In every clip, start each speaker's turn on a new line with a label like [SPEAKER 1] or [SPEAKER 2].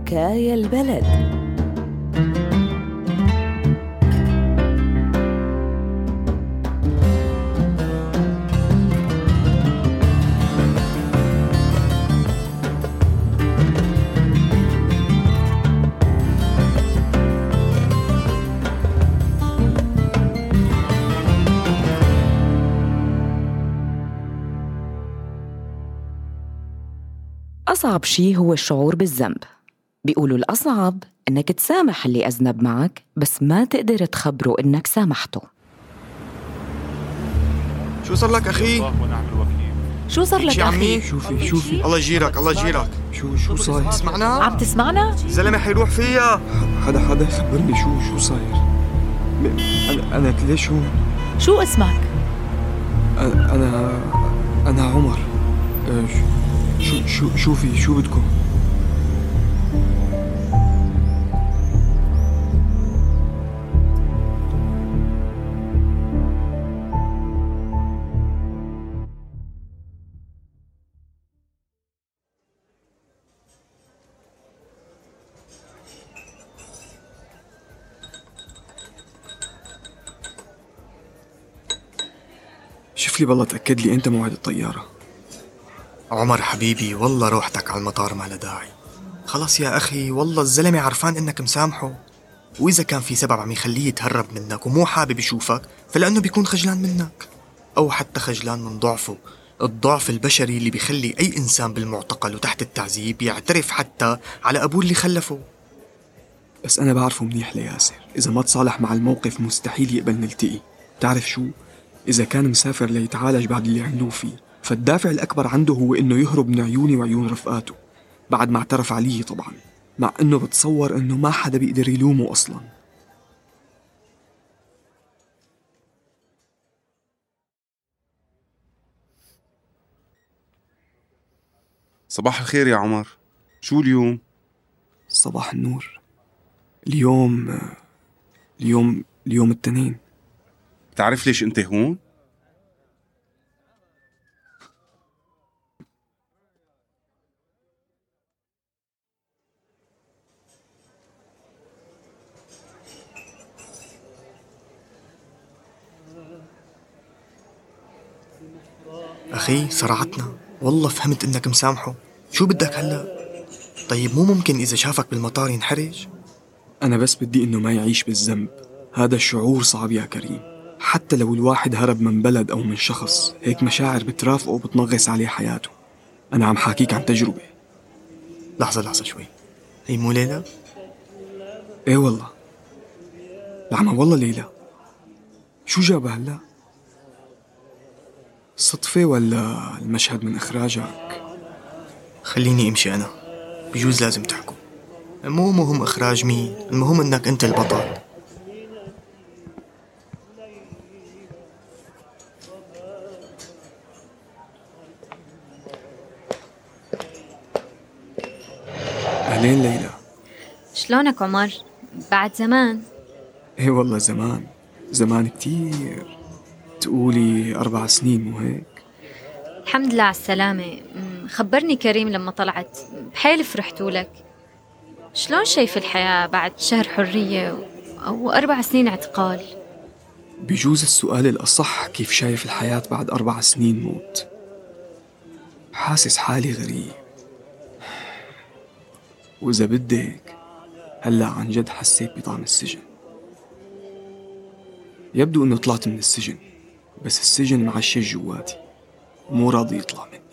[SPEAKER 1] حكاية البلد. أصعب شي هو الشعور بالذنب. بيقولوا الأصعب إنك تسامح اللي أذنب معك بس ما تقدر تخبره إنك سامحته.
[SPEAKER 2] شو صار لك أخي؟
[SPEAKER 1] شو صار لك أخي؟
[SPEAKER 2] شوفي الله يجيرك الله يجيرك. شو صاير؟ تسمعنا؟
[SPEAKER 1] عم تسمعنا؟
[SPEAKER 2] زلمة حيروح فيها.
[SPEAKER 3] حدا يخبرني شو صاير؟ أنا ليش هون؟
[SPEAKER 1] شو اسمك؟
[SPEAKER 3] أنا عمر. شوفي شو بدكم؟ شوف لي بالله تأكد لي أنت موعد الطيارة.
[SPEAKER 2] عمر حبيبي والله روحتك على المطار ما له داعي. خلص يا أخي والله الزلمة عرفان إنك مسامحه، وإذا كان في سبب عم يخليه يتهرب منك ومو حابب يشوفك فلأنه بيكون خجلان منك، أو حتى خجلان من ضعفه، الضعف البشري اللي بيخلي أي إنسان بالمعتقل وتحت التعذيب يعترف حتى على أبوه اللي خلفه.
[SPEAKER 3] بس أنا بعرفه منيح لياسر، إذا ما تصالح مع الموقف مستحيل يقبل نلتقي. تعرف شو؟ إذا كان مسافر ليتعالج بعد اللي عملوه فيه، فالدافع الأكبر عنده هو إنه يهرب من عيوني وعيون رفقاته، بعد ما اعترف علي طبعا، مع إنه بتصور إنه ما حدا بيقدر يلومه أصلا.
[SPEAKER 4] صباح الخير يا عمر، شو اليوم؟
[SPEAKER 3] صباح النور. اليوم الاثنين.
[SPEAKER 4] بتعرف ليش انت هون؟
[SPEAKER 2] أخي صرعتنا والله، فهمت إنك مسامحه. شو بدك هلأ؟ طيب مو ممكن إذا شافك بالمطار ينحرج؟
[SPEAKER 3] أنا بس بدي إنه ما يعيش بالذنب. هذا الشعور صعب يا كريم، حتى لو الواحد هرب من بلد أو من شخص، هيك مشاعر بترافقه وبتنغص عليه حياته. أنا عم حاكيك عن تجربة.
[SPEAKER 2] لحظة شوي، هي مو ليلى؟
[SPEAKER 3] إيه والله لعمة، والله ليلى. شو جابها هلأ؟ صدفة ولا المشهد من إخراجك؟
[SPEAKER 2] خليني امشي انا، بجوز لازم تحكوا. مو مهم اخراج مين، المهم انك انت البطل.
[SPEAKER 3] أهلين ليلى.
[SPEAKER 5] شلونك عمر؟ بعد زمان.
[SPEAKER 3] ايه والله زمان كتير. تقولي 4 سنين مو هيك؟
[SPEAKER 5] الحمد لله على السلامة. خبرني كريم لما طلعت، بحيل فرحتوا لك. شلون شايف الحياة بعد شهر حرية أو 4 سنين اعتقال؟
[SPEAKER 3] بجوز السؤال الأصح كيف شايف الحياة بعد 4 سنين موت. حاسس حالي غريب، وإذا بدك هلأ عن جد حسيت بطعم السجن. يبدو أنه طلعت من السجن، بس السجن معشش جواتي مو راضي يطلع مني.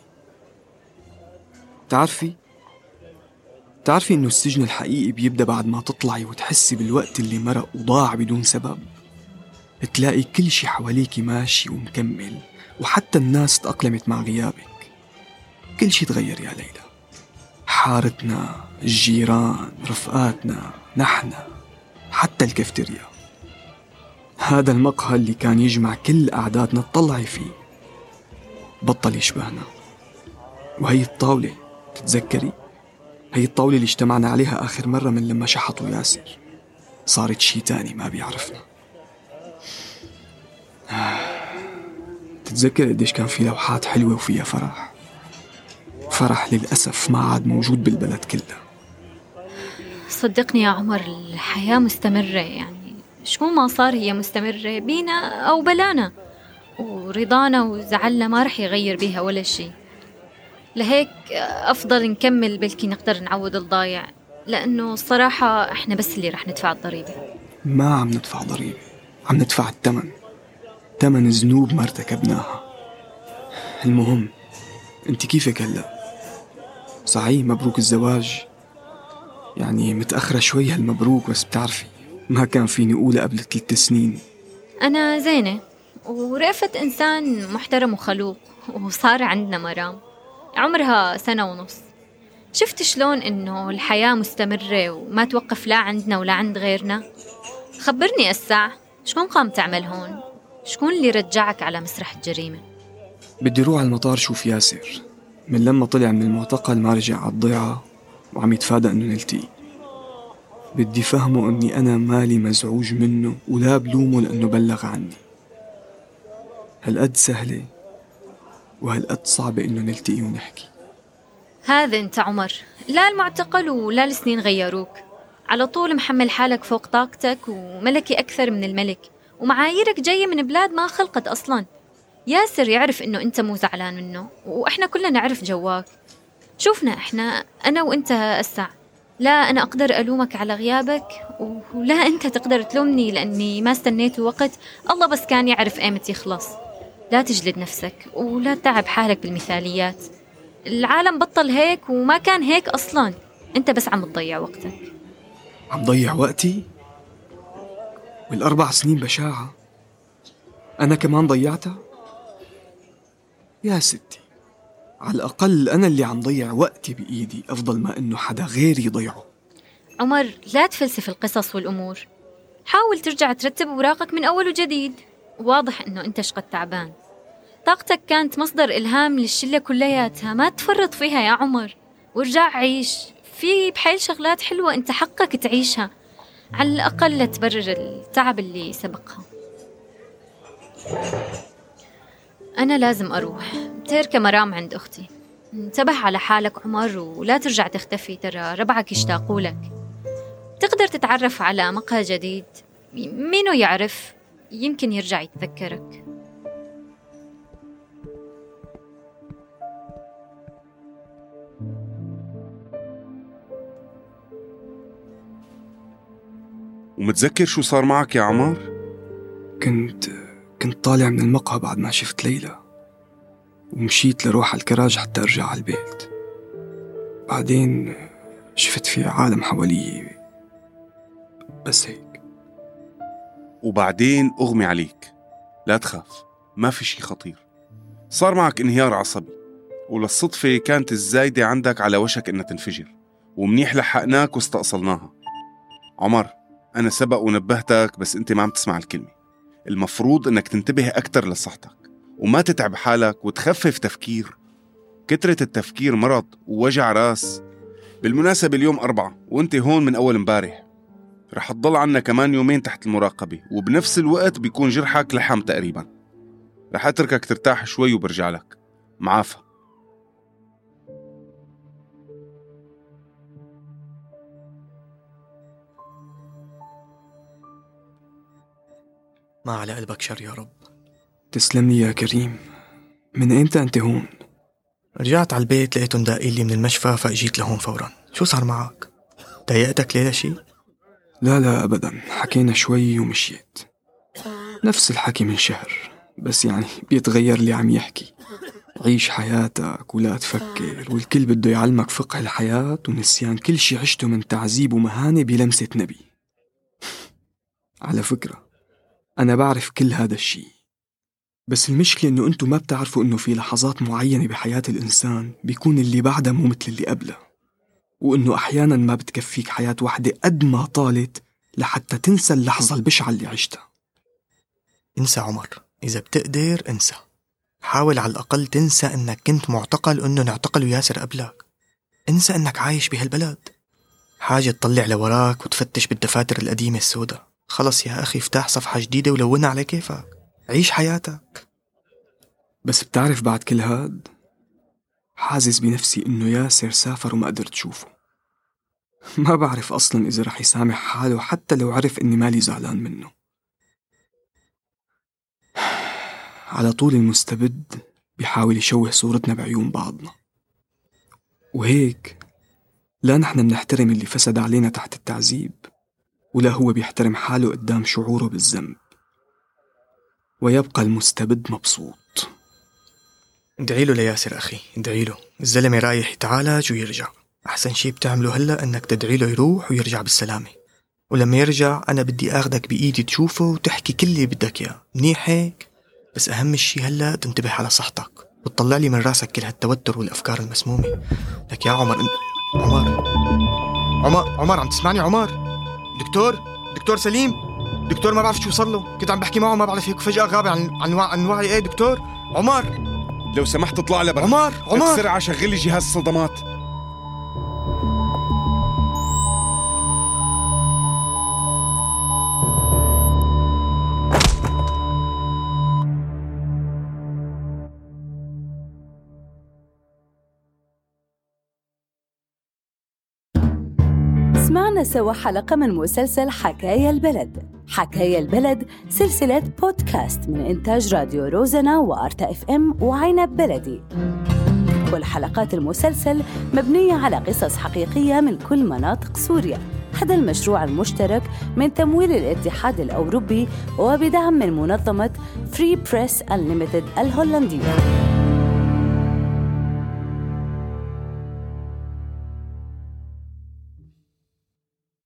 [SPEAKER 3] تعرفي إنه السجن الحقيقي بيبدأ بعد ما تطلعي وتحسي بالوقت اللي مرق وضاع بدون سبب. تلاقي كل شي حواليكي ماشي ومكمل، وحتى الناس تأقلمت مع غيابك. كل شي تغير يا ليلى، حارتنا، الجيران، رفقاتنا، نحن، حتى الكافتيريا. هذا المقهى اللي كان يجمع كل أعدادنا تطلعي فيه بطل يشبهنا. وهي الطاولة، تتذكري؟ هي الطاولة اللي اجتمعنا عليها آخر مرة من لما شحطوا ياسر، صارت شي تاني ما بيعرفنا. تتذكر قديش كان في لوحات حلوة وفيها فرح للأسف ما عاد موجود بالبلد كلها.
[SPEAKER 5] صدقني يا عمر، الحياة مستمرة، يعني شو ما صار هي مستمرة بينا أو بلانا، ورضانا وزعلنا ما رح يغير بيها ولا شيء. لهيك أفضل نكمل، بلكي نقدر نعوض الضايع، لأنه الصراحة إحنا بس اللي رح ندفع الضريبة.
[SPEAKER 3] ما عم ندفع ضريبة، عم ندفع الثمن، ثمن ذنوب ما ارتكبناها. المهم، انت كيفك هلأ؟ صحيح مبروك الزواج، يعني متأخرة شوي هالمبروك، بس بتعرفي ما كان فيني أقولها قبل 3 سنين.
[SPEAKER 5] أنا زينة، ورأفت إنسان محترم وخلوق، وصار عندنا مرام عمرها 1.5 سنة. شفت شلون إنه الحياة مستمرة وما توقف لا عندنا ولا عند غيرنا؟ خبرني الساعة، شكون قام تعمل هون؟ شكون اللي رجعك على مسرح الجريمة؟
[SPEAKER 3] بدي روح على المطار شوف ياسر، من لما طلع من المعتقل ما رجع على الضيعة، وعم يتفادى إنه نلتقي. بدي فهمه إني أنا مالي مزعوج منه ولا بلومه لأنه بلغ عني. هالقد سهلة وهالقد صعبة إنه نلتقي ونحكي.
[SPEAKER 5] هذا أنت عمر، لا المعتقل ولا السنين غيروك، على طول محمل حالك فوق طاقتك وملكي أكثر من الملك، ومعاييرك جاية من بلاد ما خلقت أصلاً. ياسر يعرف إنه أنت مو زعلان منه، وإحنا كلنا نعرف جواك. شوفنا إحنا، أنا وإنت أسع، لا أنا أقدر ألومك على غيابك، ولا أنت تقدر تلومني لأني ما استنيت وقت الله بس كان يعرف إيمتى يخلص. لا تجلد نفسك ولا تتعب حالك بالمثاليات، العالم بطل هيك وما كان هيك أصلاً، أنت بس عم تضيع وقتك.
[SPEAKER 3] عم ضيع وقتي؟ وال4 سنين بشاعة أنا كمان ضيعتها؟ يا ستي، على الأقل أنا اللي عم ضيع وقتي بإيدي أفضل ما إنه حدا غيري يضيعه.
[SPEAKER 5] عمر، لا تفلسف القصص والأمور، حاول ترجع ترتب أوراقك من أول وجديد. واضح إنه أنت شقد تعبان، طاقتك كانت مصدر إلهام للشلة كلياتها، ما تفرط فيها يا عمر، وارجع عيش في بحيل شغلات حلوة أنت حقك تعيشها، على الأقل لا تبرر التعب اللي سبقها. أنا لازم أروح، تركة مرام عند أختي. انتبه على حالك عمر ولا ترجع تختفي، ترى ربعك يشتاقوا لك. تقدر تتعرف على مقهى جديد، مينو يعرف، يمكن يرجع يتذكرك.
[SPEAKER 4] ومتذكر شو صار معك يا عمر؟
[SPEAKER 3] كنت طالع من المقهى بعد ما شفت ليلى، ومشيت لروح على الكراج حتى أرجع على البيت. بعدين شفت في عالم حوالي، بس هيك.
[SPEAKER 4] وبعدين أغمي عليك. لا تخاف، ما في شي خطير. صار معك انهيار عصبي، وللصدفة كانت الزايدة عندك على وشك إنها تنفجر، ومنيح لحقناك واستأصلناها. عمر، أنا سبق ونبهتك بس أنت ما عم تسمع الكلمة. المفروض إنك تنتبه أكتر لصحتك وما تتعب حالك وتخفف تفكير. كترة التفكير مرض ووجع راس. بالمناسبة اليوم 4 وانت هون من أول مبارح، رح تضل عنا كمان 2 تحت المراقبة، وبنفس الوقت بيكون جرحك لحم تقريبا. رح أتركك ترتاح شوي وبرجع لك. معافى.
[SPEAKER 2] ما على قلبك شر يا رب.
[SPEAKER 3] تسلم لي يا كريم. من إمتى أنت هون؟
[SPEAKER 2] رجعت على البيت لقيتهم داقين لي من المشفى، فاجيت لهون فورا. شو صار معك؟ ضايقتك ليلة شي؟
[SPEAKER 3] لا أبدا، حكينا شوي ومشيت. نفس الحكي من شهر، بس يعني بيتغير اللي عم يحكي. عيش حياتك ولا تفكر، والكل بده يعلمك فقه الحياة ونسيان كل شي عشته من تعذيب ومهانة بلمسة نبي. على فكرة أنا بعرف كل هذا الشي، بس المشكلة إنه أنتو ما بتعرفوا إنه في لحظات معينة بحياة الإنسان بيكون اللي بعدها مو مثل اللي قبله، وإنه أحيانا ما بتكفيك حياة واحدة قد ما طالت لحتى تنسى اللحظة البشعة اللي عشتها.
[SPEAKER 2] انسى عمر، إذا بتقدر انسى. حاول على الأقل تنسى إنك كنت معتقل وإنه انعتقلوا ياسر قبلك. انسى إنك عايش بهالبلد. حاجة تطلع لوراك وتفتش بالدفاتر القديمة السوداء. خلص يا أخي، افتح صفحة جديدة ولونها على كيفك. عيش حياتك.
[SPEAKER 3] بس بتعرف بعد كل هاد حاسس بنفسي إنه ياسر سافر وما قدرت أشوفه. ما بعرف أصلا إذا رح يسامح حاله حتى لو عرف إني مالي زعلان منه. على طول المستبد بيحاول يشوه صورتنا بعيون بعضنا، وهيك لا نحن بنحترم اللي فسد علينا تحت التعذيب، ولا هو بيحترم حاله قدام شعوره بالذنب، ويبقى المستبد مبسوط.
[SPEAKER 2] ادعي له لياسر أخي، ادعي له. الزلمة رايح يتعالج ويرجع. أحسن شي بتعمله هلأ أنك تدعي له يروح ويرجع بالسلامة، ولما يرجع أنا بدي أخدك بإيدي تشوفه وتحكي كل اللي بدك إياه. منيح هيك؟ بس أهم شي هلأ تنتبه على صحتك وتطلع لي من راسك كل هالتوتر والأفكار المسمومة. لك يا عمر عمر عم تسمعني؟ عمر، دكتور سليم، دكتور ما بعرف شو صار له، كنت عم بحكي معه ما بعرف هيك فجأة غاب عن وعي. ايه دكتور عمر
[SPEAKER 4] لو سمحت اطلع لبرا.
[SPEAKER 2] عمر
[SPEAKER 4] بسرعة شغل لي جهاز الصدمات.
[SPEAKER 6] سمعنا سوا حلقة من مسلسل حكاية البلد. حكاية البلد سلسلة بودكاست من إنتاج راديو روزنا وأرتا FM وعنب بلدي. كل حلقات المسلسل مبنية على قصص حقيقية من كل مناطق سوريا. هذا المشروع المشترك من تمويل الاتحاد الأوروبي وبدعم من منظمة Free Press Unlimited الهولندية.